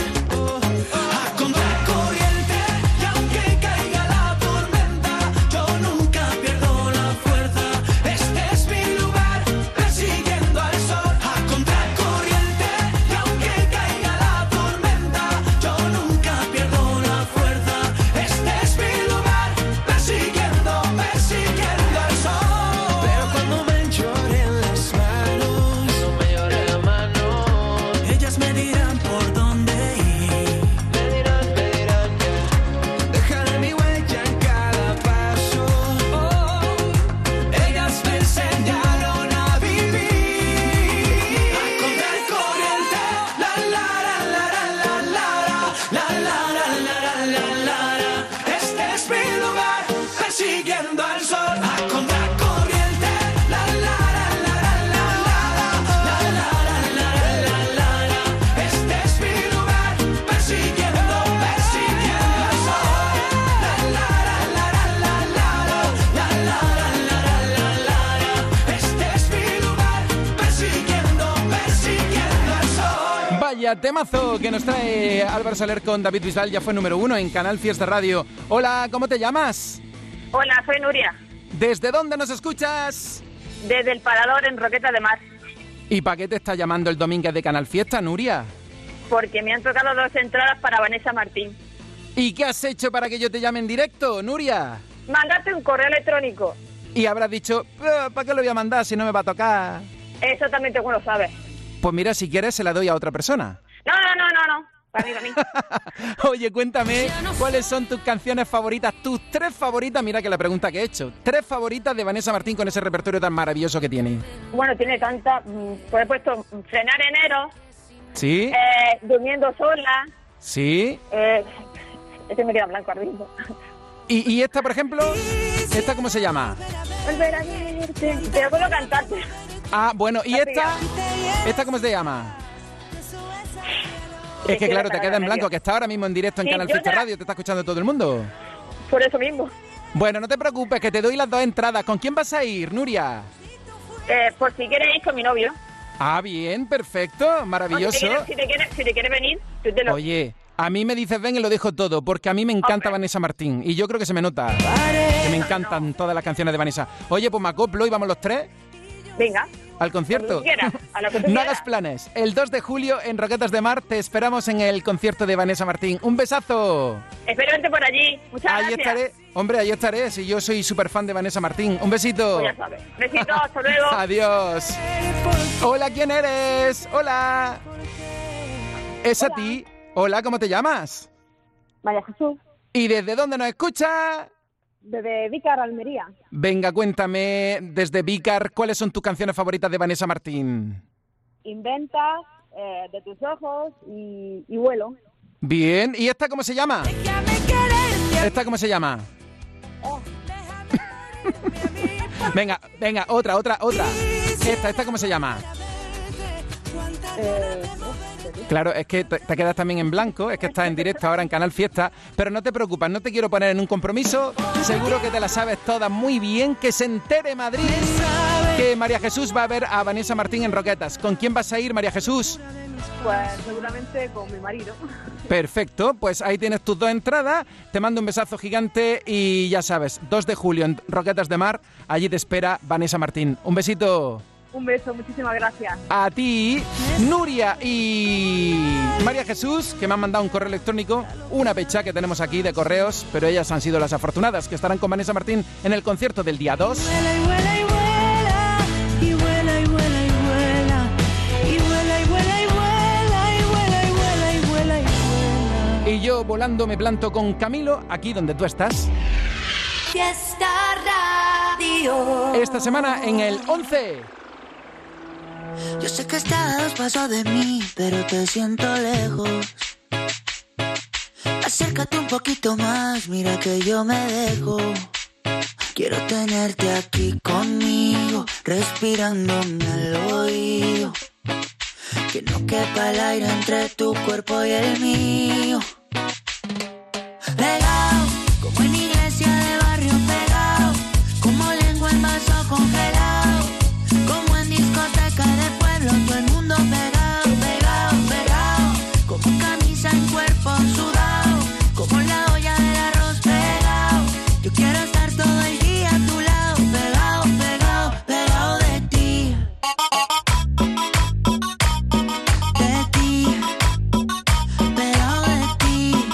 A contracorriente, y aunque caiga la tormenta, yo nunca pierdo la fuerza. Este es mi lugar, persiguiendo al sol. A contracorriente, y aunque caiga la tormenta, yo nunca pierdo la fuerza. Este es mi lugar, persiguiendo, persiguiendo al sol. Pero cuando me lloren las manos, no me lloren las manos, ellas me dirán por dónde ir. Me dirán, me dirán que dejaré mi huella en cada paso. Oh, ellas me enseñaron a vivir. A contracorriente, la la la la la la la la la la la la la. Este es mi lugar, persiguiendo al sol. A contracorriente, la la la la la la la la la la la la. Este es mi lugar, persiguiendo, persiguiendo al sol. La la la la la la la la la la la. Este es mi lugar, persiguiendo, persiguiendo al sol. Vaya temazo que nos trae Álvaro Soler con David Bisbal, ya fue número uno en Canal Fiesta Radio. Hola, ¿cómo te llamas? Hola, soy Nuria, ¿Desde dónde nos escuchas? desde el Parador en Roqueta de Mar, ¿Y para qué te está llamando el domingo de Canal Fiesta, Nuria? porque me han tocado dos entradas para Vanessa Martín. ¿Y qué has hecho para que yo te llame en directo, Nuria? Mandarte un correo electrónico. Y habrás dicho, "Eh, ¿para qué lo voy a mandar si no me va a tocar?" Eso también tú lo sabes. Pues mira, si quieres se la doy a otra persona. No, no, no, no, no. Para mí, para mí. Oye, cuéntame, ¿cuáles son tus canciones favoritas? Tus tres favoritas, mira que la pregunta que he hecho. Tres favoritas de Vanessa Martín con ese repertorio tan maravilloso que tiene. Bueno, tiene tanta... mm, Pues he puesto Frenar Enero, ¿Sí? eh, Durmiendo Sola, ¿Sí? eh, este me queda blanco ahora mismo. ¿Y, y esta, por ejemplo? ¿Esta cómo se llama? Volver a verte, pero puedo cantarte. Ah, bueno, ¿y esta? ¿Esta cómo se llama? Es que claro, te queda en blanco, que está ahora mismo en directo en Sí, Canal yo Fiesta ya- Radio, te está escuchando todo el mundo. Por eso mismo. Bueno, no te preocupes, que te doy las dos entradas. ¿Con quién vas a ir, Nuria? Eh, por si quieres ir con mi novio. Ah, bien, perfecto, O maravilloso. Si te quieres, si te quieres, si te quieres venir, tú te lo... Oye, a mí me dices ven y lo dejo todo, porque a mí me encanta Vanessa Martín. Y yo creo que se me nota que me encantan todas las canciones de Vanessa. Oye, pues me acoplo y vamos los tres Venga. al concierto. Cuando tú quieras, a lo que tú No quieras. hagas planes. El dos de julio en Roquetas de Mar te esperamos en el concierto de Vanessa Martín. ¡Un besazo! Espero verte por allí. Muchas Ahí gracias. estaré. Hombre, ahí estaré, si yo soy súper fan de Vanessa Martín. Un besito. Pues ya sabes. Besitos, hasta luego. Adiós. Hola, ¿quién eres? Hola. ¿Es a ti? Hola, ¿cómo te llamas? María Jesús, ¿Y desde dónde nos escuchas? desde Vícar, Almería. Venga, cuéntame desde Vícar, ¿cuáles son tus canciones favoritas de Vanessa Martín? Inventas, eh, De tus ojos y, y Vuelo. Bien, ¿y esta cómo se llama? ¿Esta cómo se llama? Oh. Venga, venga, otra, otra, otra. Esta, ¿esta cómo se llama? Eh, Claro, es que te, te quedas también en blanco, es que estás en directo ahora en Canal Fiesta, pero no te preocupes, no te quiero poner en un compromiso, seguro que te la sabes todas muy bien, que se entere Madrid que María Jesús va a ver a Vanessa Martín en Roquetas. ¿Con quién vas a ir, María Jesús? pues seguramente con mi marido. Perfecto, pues ahí tienes tus dos entradas, te mando un besazo gigante y ya sabes, dos de julio en Roquetas de Mar, allí te espera Vanessa Martín. Un besito. Un beso, muchísimas gracias. A ti, Nuria y María Jesús, que me han mandado un correo electrónico, una pecha que tenemos aquí de correos, pero ellas han sido las afortunadas, que estarán con Vanessa Martín en el concierto del día dos. Y vuela y vuela y vuela y vuela y vuela y vuela y vuela y vuela y vuela y vuela y vuela. Y yo volando me planto con Camilo, aquí donde tú estás. Fiesta Radio. Esta semana en el once. Yo sé que estás a dos pasos de mí, pero te siento lejos. Acércate un poquito más, mira que yo me dejo. Quiero tenerte aquí conmigo, respirándome al oído. Que no quepa el aire entre tu cuerpo y el mío. Pegado, como en iglesia de barrio pegado. Como lengua en vaso congelado. Como en discoteca de pueblo, todo el mundo pegado, pegado, pegado. Como camisa en cuerpo sudado. Como la olla del arroz pegado. Yo quiero estar todo el día a tu lado. Pegado, pegado, pegado de ti. De ti. Pegado de ti.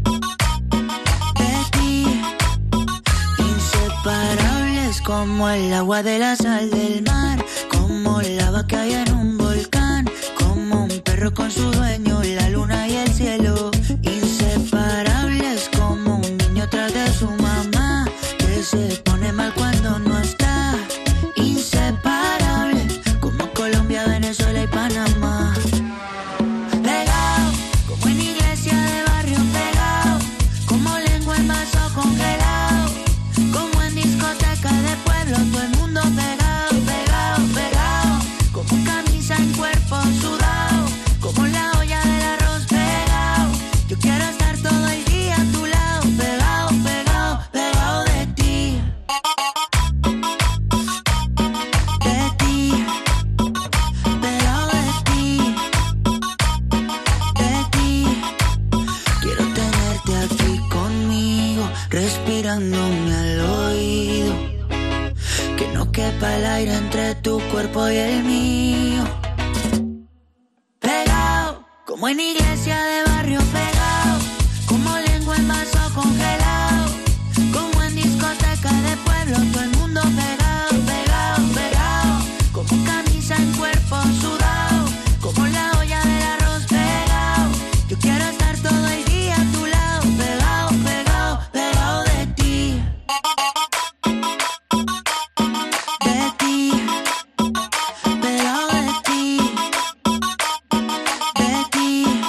De ti. Inseparables como el agua de la sal del mar. Como lava que hay en un volcán. Como un perro con su dueño, la luna y el cielo. Inseparables como un niño tras de su mamá, que se pone mal cuando no está. Inseparables como Colombia, Venezuela y Panamá. Pegado, como en iglesia de barrio pegado. Como lengua en vaso congelado. Como en discoteca de pueblo, todo el mundo pegado, pegado, pegado. Como camisa en cuerpo sudado. Como la olla del arroz pegado. Yo quiero estar todo el día a tu lado. Pegado, pegado, pegado de ti. De ti. Pegado de ti. De ti. Quiero tenerte aquí conmigo, respirándome al oído. Que no quepa el aire entre tu cuerpo y el mío. Pegado, como en iglesia de barrio pegado. Como lengua en vaso congelado. Como en discoteca de pueblo, todo el mundo pegado, pegado, pegado. Como camisa en cuerpo sudado. Como la olla del arroz pegado. Yo quiero estar todo el día a tu lado. Pegado, pegado, pegado de ti. De ti. Pegado de ti. De ti.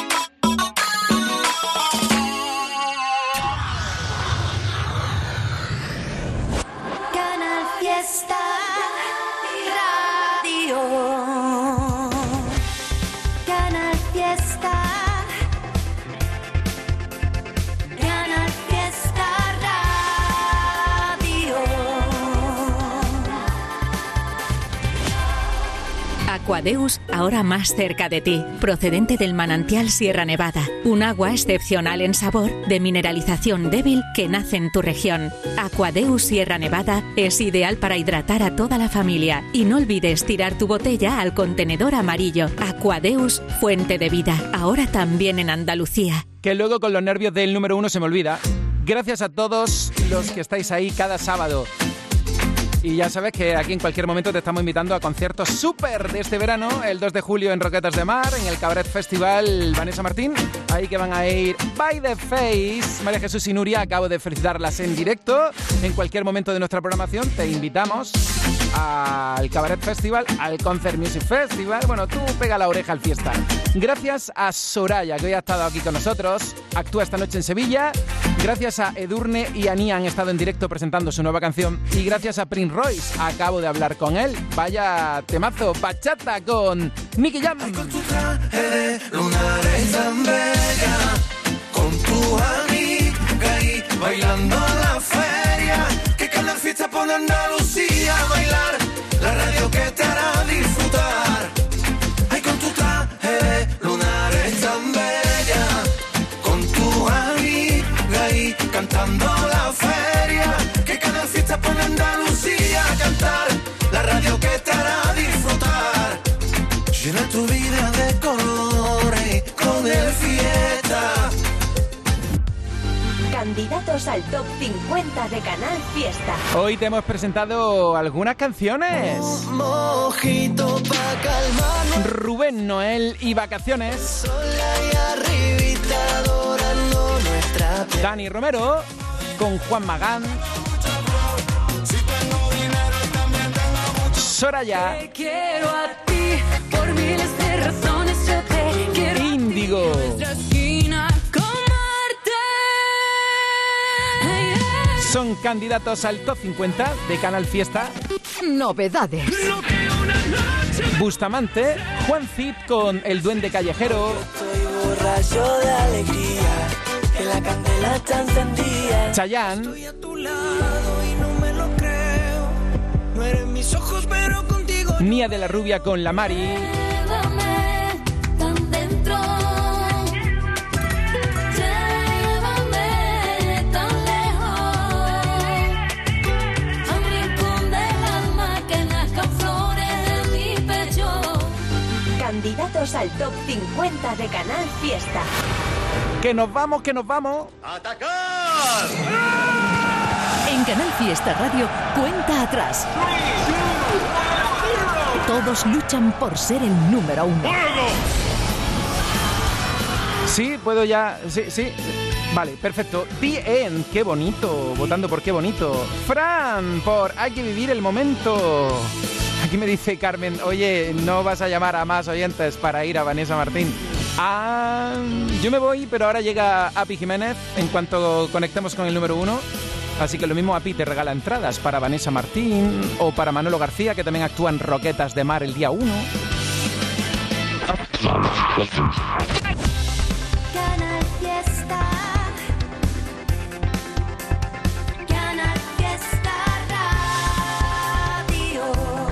Canal Fiesta Radio. Canal Fiesta. Canal Fiesta Radio. Aquadeus, ahora más cerca de ti, procedente del manantial Sierra Nevada, un agua excepcional en sabor, de mineralización débil que nace en tu región. Aquadeus Sierra Nevada es ideal para hidratar a toda la familia y no olvides tirar tu botella al contenedor amarillo. Aquadeus, fuente de vida, ahora también en Andalucía. Que luego con los nervios del número uno se me olvida. Gracias a todos los que estáis ahí cada sábado. Y ya sabes que aquí en cualquier momento te estamos invitando a conciertos súper de este verano, el dos de julio en Roquetas de Mar, en el Cabaret Festival Vanessa Martín, ahí que van a ir By the Face, María Jesús y Nuria, acabo de felicitarlas en directo. En cualquier momento de nuestra programación te invitamos al Cabaret Festival, al Concert Music Festival, bueno, tú pega la oreja al fiesta. Gracias a Soraya, que hoy ha estado aquí con nosotros, actúa esta noche en Sevilla. Gracias a Edurne y a Nia, han estado en directo presentando su nueva canción. Y gracias a Prince Royce, acabo de hablar con él. Vaya temazo, bachata con Nicky Jam. Con tu traje de lunares tan bella, con tu amiga ahí bailando en la feria, que cada fiesta pone Andalucía a bailar, la radio que te hará disfrutar. Ay, con tu traje de lunares tan bella, con tu amiga ahí cantando la feria, que cada fiesta pone Andalucía a cantar, la radio que te hará disfrutar. Llena tu vida de colores con el fiesta. Candidatos al top cincuenta de Canal Fiesta. Hoy te hemos presentado algunas canciones. Mojito pa' calmarnos. Rubén, Noel y Vacaciones. Sola y arribita adorando nuestra piel. Dani Romero con Juan Magán. Soraya. Te quiero a ti, por miles de razones yo te quiero. Índigo. Son candidatos al top cincuenta de Canal Fiesta. Novedades. Bustamante, Juan Cid con El Duende Callejero. Estoy borracho de alegría, que la candela está encendida. Chayanne. Estoy a tu lado y no me lo creo. No eres mis ojos, pero contigo. Nia de la Rubia con La Mari. Llévame tan dentro. Llévame tan lejos. A un rincón del alma que nazcan flores de mi pecho. Candidatos al top cincuenta de Canal Fiesta. Que nos vamos, que nos vamos. ¡Atacar! En Canal Fiesta Radio, cuenta atrás. Todos luchan por ser el número uno. Sí, puedo ya... Sí, sí. Vale, perfecto. The End, qué bonito. Votando por qué bonito. Fran, por Hay que vivir el momento. Aquí me dice Carmen, oye, ¿no vas a llamar a más oyentes para ir a Vanessa Martín? Ah, yo me voy, pero ahora llega Api Jiménez en cuanto conectemos con el número uno. Así que lo mismo Api te regala entradas para Vanessa Martín o para Manolo García, que también actúa en Roquetas de Mar el día uno. Canal Fiesta. Canal Fiesta Radio.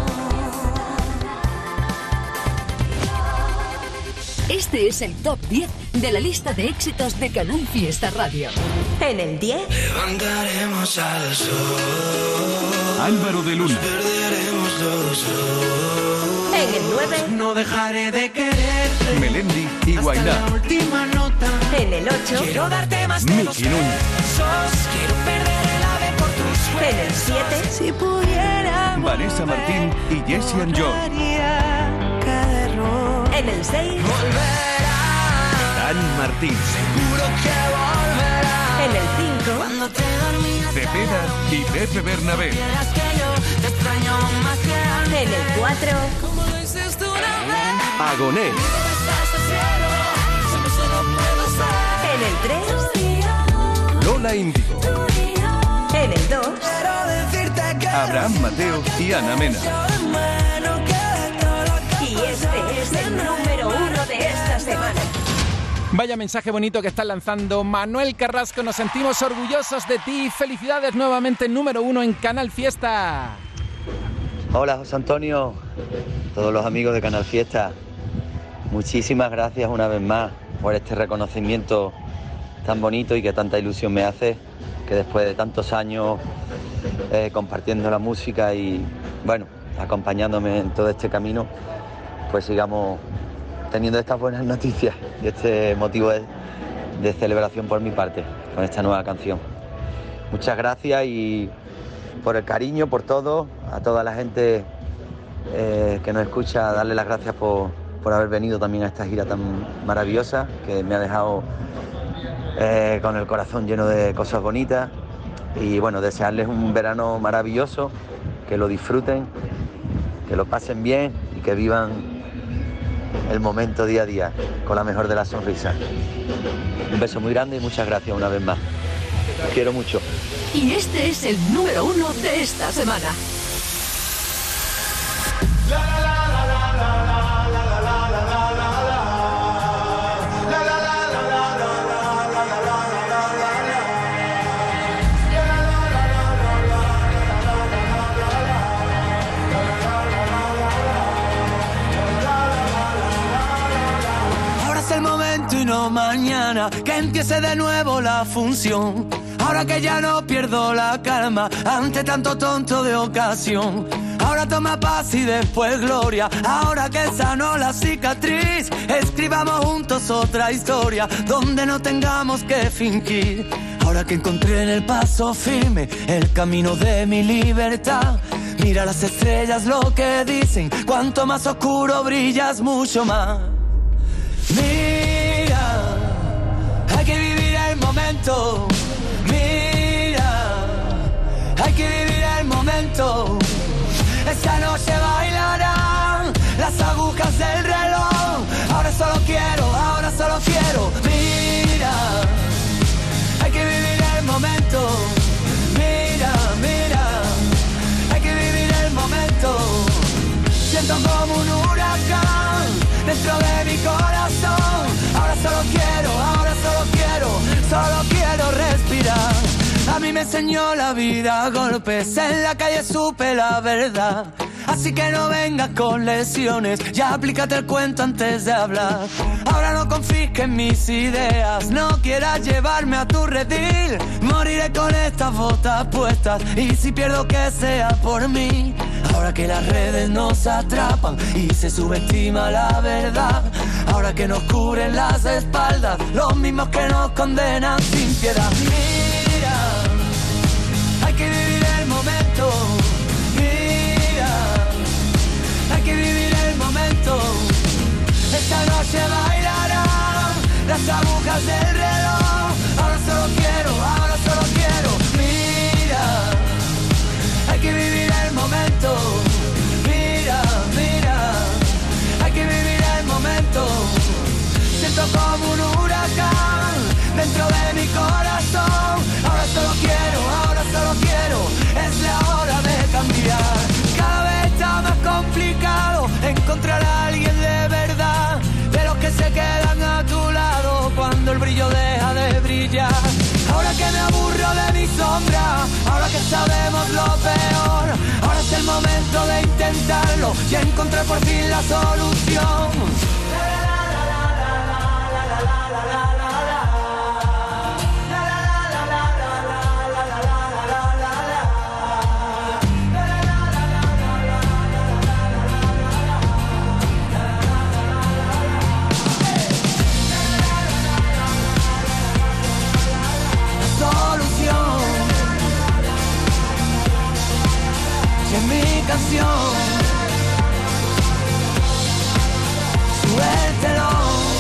Este es el top diez de la lista de éxitos de Canal Fiesta Radio. En el diez. Levantaremos al sol. Álvaro de Luna. Perderemos los dos. En el nueve. No dejaré de quererte. Melendi y Hasta Guainá. la última nota. En el ocho. Quiero darte más de los Miki Núñez. besos. Quiero perder el ave por tus huesos. En el siete. Si pudiera Vanessa Martín y Jessie and John. borraría cada error. En el seis. Volverá. Dani Martín. Seguro que volverá. En el cinco. Cuando te dormías. Cepeda y Pepe Bernabé. Supieras que yo te extraño más que antes. En el cuatro. Como lo hiciste una vez. Agoné. Hasta el cielo. Siempre se lo puedo ser. En el tres. Lola Índigo. En el dos. Quiero decirte que Abraham Mateo y Ana Mena. Y este es el número uno de esta semana. Vaya mensaje bonito que están lanzando Manuel Carrasco. Nos sentimos orgullosos de ti. Felicidades nuevamente, número uno en Canal Fiesta. Hola José Antonio, todos los amigos de Canal Fiesta. Muchísimas gracias una vez más por este reconocimiento tan bonito y que tanta ilusión me hace, que después de tantos años eh, compartiendo la música y bueno, acompañándome en todo este camino, pues sigamos teniendo estas buenas noticias y este motivo de, de celebración por mi parte con esta nueva canción. Muchas gracias y por el cariño, por todo, a toda la gente eh, que nos escucha, darle las gracias por, por haber venido también a esta gira tan maravillosa que me ha dejado eh, con el corazón lleno de cosas bonitas y bueno, desearles un verano maravilloso, que lo disfruten, que lo pasen bien y que vivan el momento día a día con la mejor de las sonrisas. Un beso muy grande y muchas gracias una vez más. Os quiero mucho. Y este es el número uno de esta semana. Ahora es el momento y no mañana, que empiece de nuevo la función. Ahora que ya no pierdo la calma ante tanto tonto de ocasión. Ahora toma paz y después gloria. Ahora que sanó la cicatriz, escribamos juntos otra historia donde no tengamos que fingir. Ahora que encontré en el paso firme el camino de mi libertad, mira las estrellas lo que dicen, cuanto más oscuro brillas mucho más. Mira, hay que vivir el momento. Mira, hay que vivir el momento. Esta noche va a solo quiero respirar. A mí me enseñó la vida a golpes, en la calle supe la verdad. Así que no vengas con lesiones, ya aplícate el cuento antes de hablar. Ahora no confisques mis ideas, no quieras llevarme a tu redil. Moriré con estas botas puestas y si pierdo que sea por mí. Ahora que las redes nos atrapan y se subestima la verdad. Ahora que nos cubren las espaldas los mismos que nos condenan sin piedad. Mira, hay que vivir el momento. Hay que vivir el momento. Esta noche bailarán las agujas del reloj. Ahora solo quiero, ahora solo quiero. Mira, hay que vivir el momento. Mira, mira, hay que vivir el momento. Siento como un huracán dentro de mi corazón. Ahora solo quiero, ahora solo quiero. Es la hora de cambiar. Cada vez está más complicado encontrar a alguien de verdad, de los que se quedan a tu lado cuando el brillo deja de brillar. Ahora que me aburro de mi sombra, ahora que sabemos lo peor, ahora es el momento de intentarlo y encontrar por fin la solución. Mi canción, suéltelo.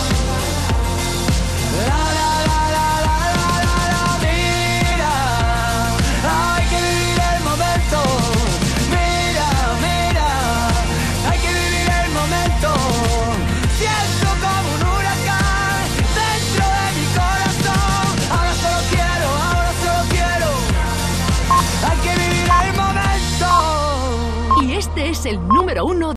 La la la la la la la la. Mira, hay que vivir el momento. Mira, mira, hay que vivir el momento. Siento como un huracán dentro de mi corazón. Ahora solo quiero, ahora solo quiero. Hay que vivir el momento. Y este es el número uno